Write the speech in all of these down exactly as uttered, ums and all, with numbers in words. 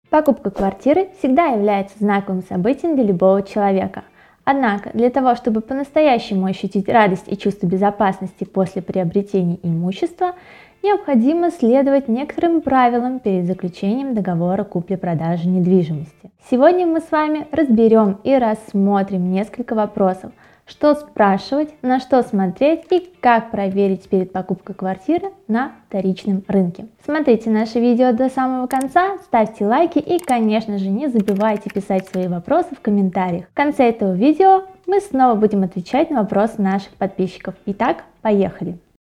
Покупка квартиры всегда является знаковым событием для любого человека. Однако, для того, чтобы по-настоящему ощутить радость и чувство безопасности после приобретения имущества, необходимо следовать некоторым правилам перед заключением договора купли-продажи недвижимости. Сегодня мы с вами разберем и рассмотрим несколько вопросов, что спрашивать, на что смотреть и как проверить перед покупкой квартиры на вторичном рынке. Смотрите наше видео до самого конца, ставьте лайки и, конечно же, не забывайте писать свои вопросы в комментариях. В конце этого видео мы снова будем отвечать на вопросы наших подписчиков. Итак, поехали!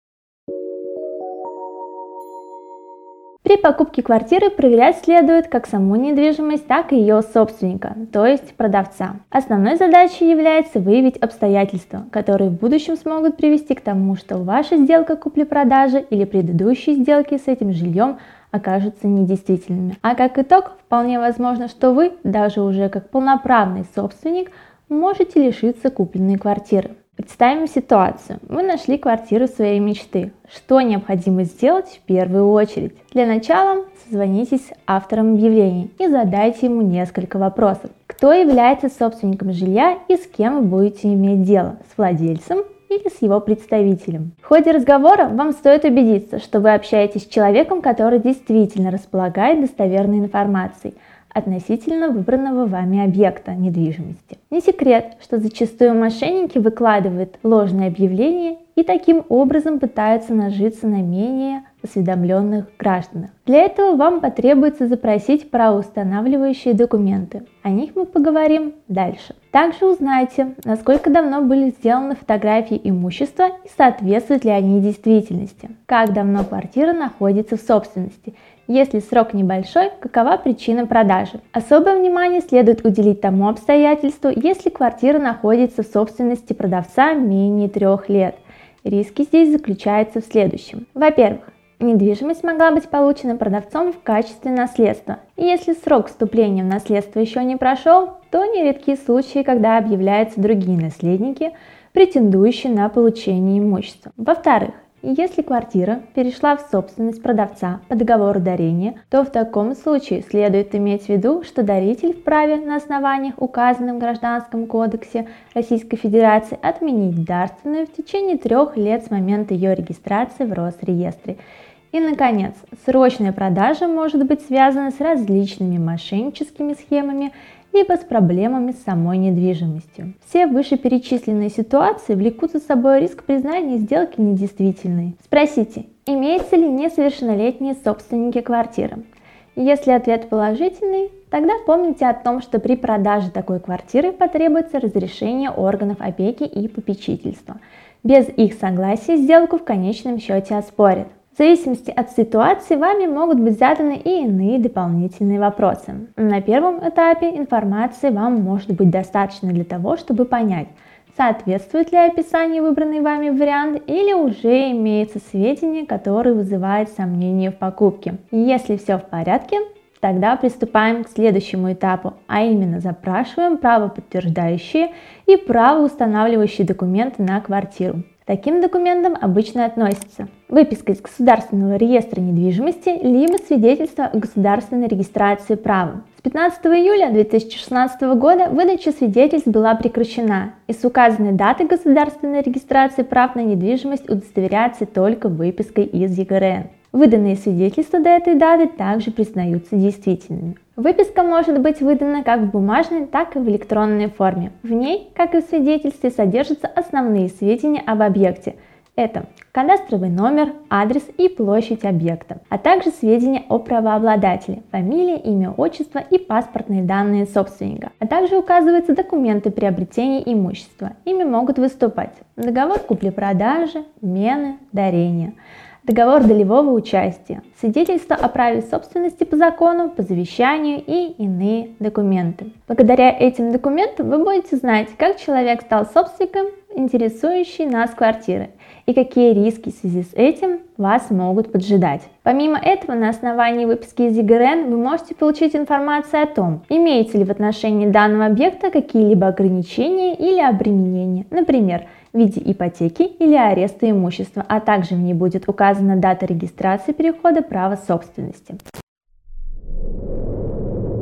При покупке квартиры проверять следует как саму недвижимость, так и ее собственника, то есть продавца. Основной задачей является выявить обстоятельства, которые в будущем смогут привести к тому, что ваша сделка купли-продажи или предыдущие сделки с этим жильем окажутся недействительными. А как итог, вполне возможно, что вы, даже уже как полноправный собственник, можете лишиться купленной квартиры. Представим ситуацию. Вы нашли квартиру своей мечты. Что необходимо сделать в первую очередь? Для начала созвонитесь с автором объявлений и задайте ему несколько вопросов. Кто является собственником жилья и с кем вы будете иметь дело? С владельцем или с его представителем? В ходе разговора вам стоит убедиться, что вы общаетесь с человеком, который действительно располагает достоверной информацией относительно выбранного вами объекта недвижимости. Не секрет, что зачастую мошенники выкладывают ложные объявления и таким образом пытаются нажиться на менее осведомленных гражданах. Для этого вам потребуется запросить правоустанавливающие документы. О них мы поговорим дальше. Также узнайте, насколько давно были сделаны фотографии имущества и соответствуют ли они действительности. Как давно квартира находится в собственности. Если срок небольшой, какова причина продажи? Особое внимание следует уделить тому обстоятельству, если квартира находится в собственности продавца менее трех лет. Риски здесь заключаются в следующем. Во-первых, недвижимость могла быть получена продавцом в качестве наследства. И если срок вступления в наследство еще не прошел, то нередки случаи, когда объявляются другие наследники, претендующие на получение имущества. Во-вторых, если квартира перешла в собственность продавца по договору дарения, то в таком случае следует иметь в виду, что даритель вправе на основаниях, указанных в Гражданском кодексе Российской Федерации, отменить дарственную в течение трех лет с момента ее регистрации в Росреестре. И, наконец, срочная продажа может быть связана с различными мошенническими схемами, либо с проблемами с самой недвижимостью. Все вышеперечисленные ситуации влекут за собой риск признания сделки недействительной. Спросите, имеются ли несовершеннолетние собственники квартиры? Если ответ положительный, тогда помните о том, что при продаже такой квартиры потребуется разрешение органов опеки и попечительства. Без их согласия сделку в конечном счете оспорят. В зависимости от ситуации вами могут быть заданы и иные дополнительные вопросы. На первом этапе информации вам может быть достаточно для того, чтобы понять, соответствует ли описание выбранный вами вариант или уже имеется сведения, которые вызывают сомнения в покупке. Если все в порядке, тогда приступаем к следующему этапу, а именно запрашиваем правоподтверждающие и правоустанавливающие документы на квартиру. К таким документам обычно относятся выписка из Государственного реестра недвижимости, либо свидетельство о государственной регистрации права. С пятнадцатого июля две тысячи шестнадцатого года выдача свидетельств была прекращена, и с указанной даты государственной регистрации прав на недвижимость удостоверяется только выпиской из ЕГРН. Выданные свидетельства до этой даты также признаются действительными. Выписка может быть выдана как в бумажной, так и в электронной форме. В ней, как и в свидетельстве, содержатся основные сведения об объекте. Это кадастровый номер, адрес и площадь объекта, а также сведения о правообладателе, фамилия, имя, отчество и паспортные данные собственника. А также указываются документы приобретения имущества. Ими могут выступать договор купли-продажи, мены, дарения, договор долевого участия, свидетельство о праве собственности по закону, по завещанию и иные документы. Благодаря этим документам вы будете знать, как человек стал собственником интересующей нас квартиры и какие риски в связи с этим вас могут поджидать. Помимо этого, на основании выписки из ЕГРН вы можете получить информацию о том, имеются ли в отношении данного объекта какие-либо ограничения или обременения, например, в виде ипотеки или ареста имущества, а также в ней будет указана дата регистрации перехода права собственности.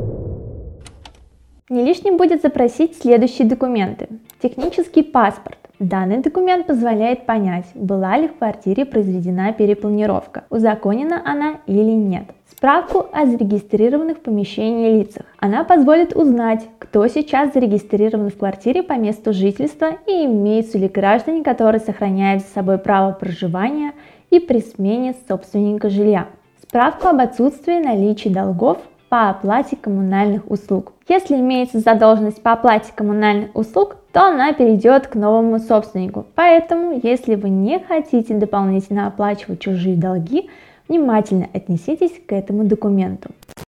Не лишним будет запросить следующие документы. Технический паспорт. Данный документ позволяет понять, была ли в квартире произведена перепланировка, узаконена она или нет. Справку о зарегистрированных в помещении лицах. Она позволит узнать, кто сейчас зарегистрирован в квартире по месту жительства и имеются ли граждане, которые сохраняют за собой право проживания и при смене собственника жилья. Справку об отсутствии наличия долгов по оплате коммунальных услуг. Если имеется задолженность по оплате коммунальных услуг, то она перейдет к новому собственнику. Поэтому, если вы не хотите дополнительно оплачивать чужие долги, внимательно отнеситесь к этому документу.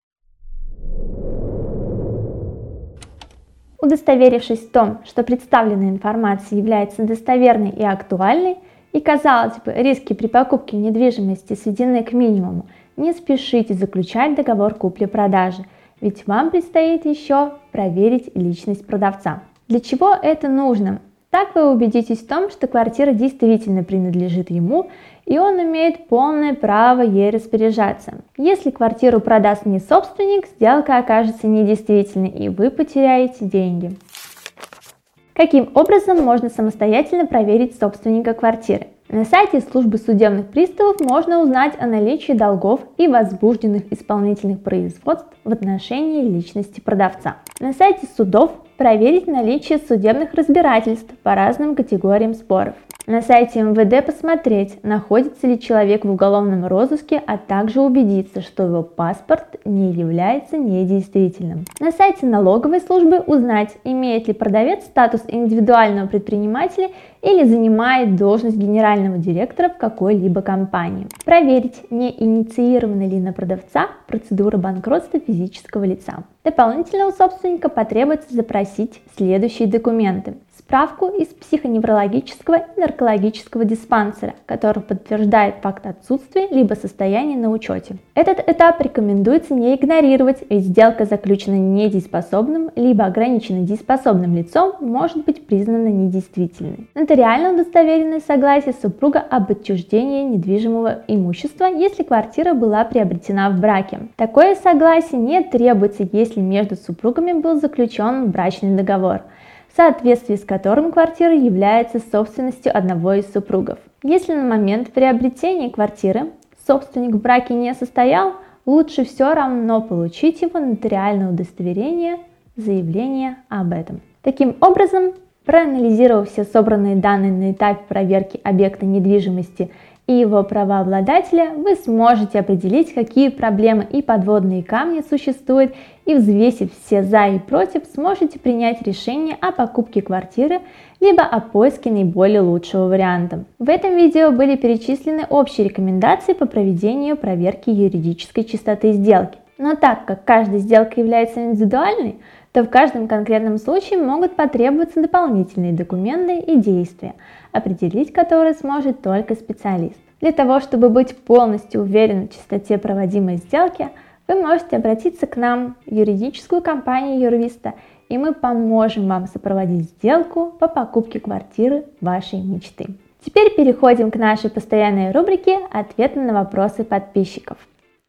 Удостоверившись в том, что представленная информация является достоверной и актуальной, и, казалось бы, риски при покупке недвижимости сведены к минимуму, не спешите заключать договор купли-продажи, ведь вам предстоит еще проверить личность продавца. Для чего это нужно? Так вы убедитесь в том, что квартира действительно принадлежит ему, и он имеет полное право ей распоряжаться. Если квартиру продаст не собственник, сделка окажется недействительной, и вы потеряете деньги. Каким образом можно самостоятельно проверить собственника квартиры? На сайте службы судебных приставов можно узнать о наличии долгов и возбужденных исполнительных производств в отношении личности продавца. На сайте судов проверить наличие судебных разбирательств по разным категориям споров. На сайте эм вэ дэ посмотреть, находится ли человек в уголовном розыске, а также убедиться, что его паспорт не является недействительным. На сайте налоговой службы узнать, имеет ли продавец статус индивидуального предпринимателя или занимает должность генерального директора в какой-либо компании. Проверить, не инициирована ли на продавца процедура банкротства физического лица. Дополнительно у собственника потребуется запросить следующие документы. Справку из психоневрологического и наркологического диспансера, который подтверждает факт отсутствия либо состояния на учете. Этот этап рекомендуется не игнорировать, ведь сделка, заключена недееспособным либо ограниченно дееспособным лицом, может быть признана недействительной. Нотариально удостоверенное согласие супруга об отчуждении недвижимого имущества, если квартира была приобретена в браке. Такое согласие не требуется, если между супругами был заключен брачный договор, в соответствии с которым квартира является собственностью одного из супругов. Если на момент приобретения квартиры собственник в браке не состоял, лучше все равно получить его нотариальное удостоверение, заявление об этом. Таким образом, проанализировав все собранные данные на этапе проверки объекта недвижимости и его правообладателя, вы сможете определить, какие проблемы и подводные камни существуют, и, взвесив все за и против, сможете принять решение о покупке квартиры либо о поиске наиболее лучшего варианта. В этом видео были перечислены общие рекомендации по проведению проверки юридической чистоты сделки. Но так как каждая сделка является индивидуальной, то в каждом конкретном случае могут потребоваться дополнительные документы и действия, определить которые сможет только специалист. Для того, чтобы быть полностью уверенным в чистоте проводимой сделки, вы можете обратиться к нам, в юридическую компанию Юрвиста, и мы поможем вам сопроводить сделку по покупке квартиры вашей мечты. Теперь переходим к нашей постоянной рубрике «Ответы на вопросы подписчиков».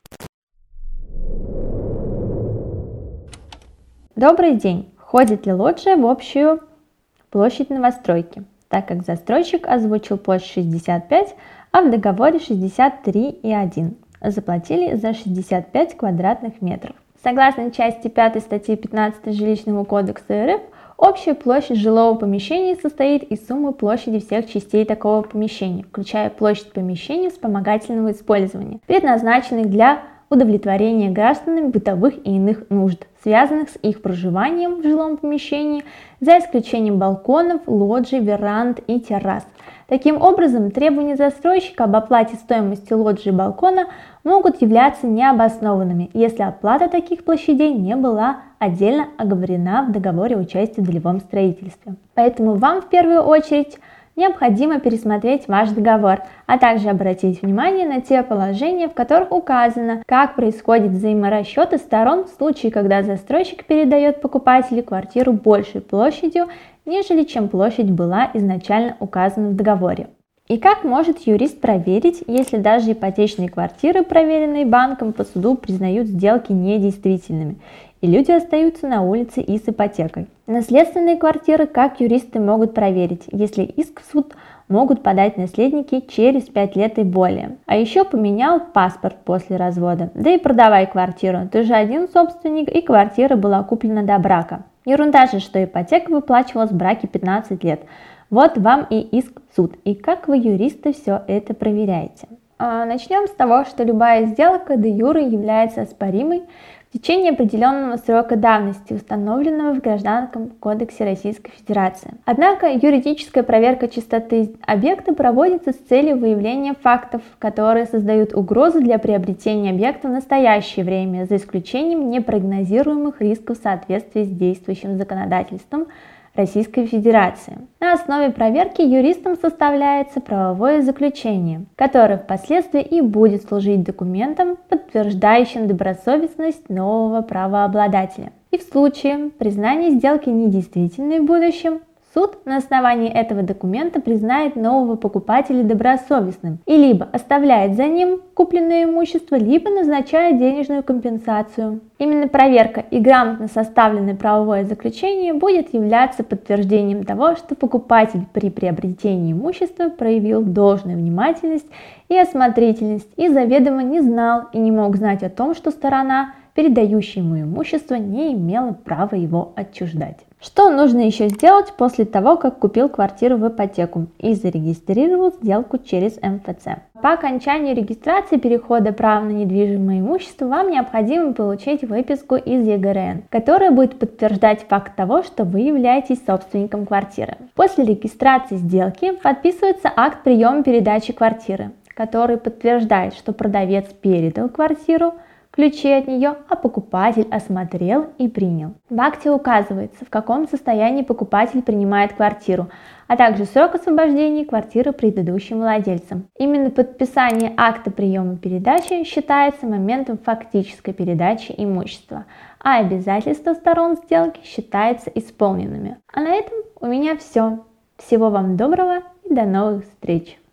Добрый день! Входит ли лоджия в общую площадь новостройки, так как застройщик озвучил площадь шестьдесят пять, а в договоре шестьдесят три и один. Заплатили за шестьдесят пять квадратных метров. Согласно части пятой статьи пятнадцатой Жилищного кодекса эр эф, общая площадь жилого помещения состоит из суммы площади всех частей такого помещения, включая площадь помещений вспомогательного использования, предназначенных для удовлетворения гражданами бытовых и иных нужд, связанных с их проживанием в жилом помещении, за исключением балконов, лоджий, веранд и террас. Таким образом, требования застройщика об оплате стоимости лоджии и балкона могут являться необоснованными, если оплата таких площадей не была отдельно оговорена в договоре участия в долевом строительстве. Поэтому вам в первую очередь необходимо пересмотреть ваш договор, а также обратить внимание на те положения, в которых указано, как происходит взаиморасчеты сторон в случае, когда застройщик передает покупателю квартиру большей площадью, нежели чем площадь была изначально указана в договоре. И как может юрист проверить, если даже ипотечные квартиры, проверенные банком, по суду признают сделки недействительными, и люди остаются на улице и с ипотекой? Наследственные квартиры как юристы могут проверить, если иск в суд могут подать наследники через пять лет и более. А еще поменял паспорт после развода. Да и продавай квартиру, ты же один собственник, и квартира была куплена до брака. Ерунда же, что ипотека выплачивалась в браке пятнадцать лет. Вот вам и иск в суд. И как вы, юристы, все это проверяете? А начнем с того, что любая сделка де юре является оспоримой в течение определенного срока давности, установленного в Гражданском кодексе Российской Федерации. Однако юридическая проверка чистоты объекта проводится с целью выявления фактов, которые создают угрозу для приобретения объекта в настоящее время, за исключением непрогнозируемых рисков в соответствии с действующим законодательством Российской Федерации. На основе проверки юристам составляется правовое заключение, которое впоследствии и будет служить документом, подтверждающим добросовестность нового правообладателя. И в случае признания сделки недействительной в будущем, суд на основании этого документа признает нового покупателя добросовестным и либо оставляет за ним купленное имущество, либо назначает денежную компенсацию. Именно проверка и грамотно составленное правовое заключение будет являться подтверждением того, что покупатель при приобретении имущества проявил должную внимательность и осмотрительность и заведомо не знал и не мог знать о том, что сторона, передающая ему имущество, не имела права его отчуждать. Что нужно еще сделать после того, как купил квартиру в ипотеку и зарегистрировал сделку через эм эф цэ? По окончании регистрации перехода права на недвижимое имущество вам необходимо получить выписку из е гэ эр эн, которая будет подтверждать факт того, что вы являетесь собственником квартиры. После регистрации сделки подписывается акт приема передачи квартиры, который подтверждает, что продавец передал квартиру, ключи от нее, а покупатель осмотрел и принял. В акте указывается, в каком состоянии покупатель принимает квартиру, а также срок освобождения квартиры предыдущим владельцем. Именно подписание акта приема передачи считается моментом фактической передачи имущества, а обязательства сторон сделки считаются исполненными. А на этом у меня все. Всего вам доброго и до новых встреч!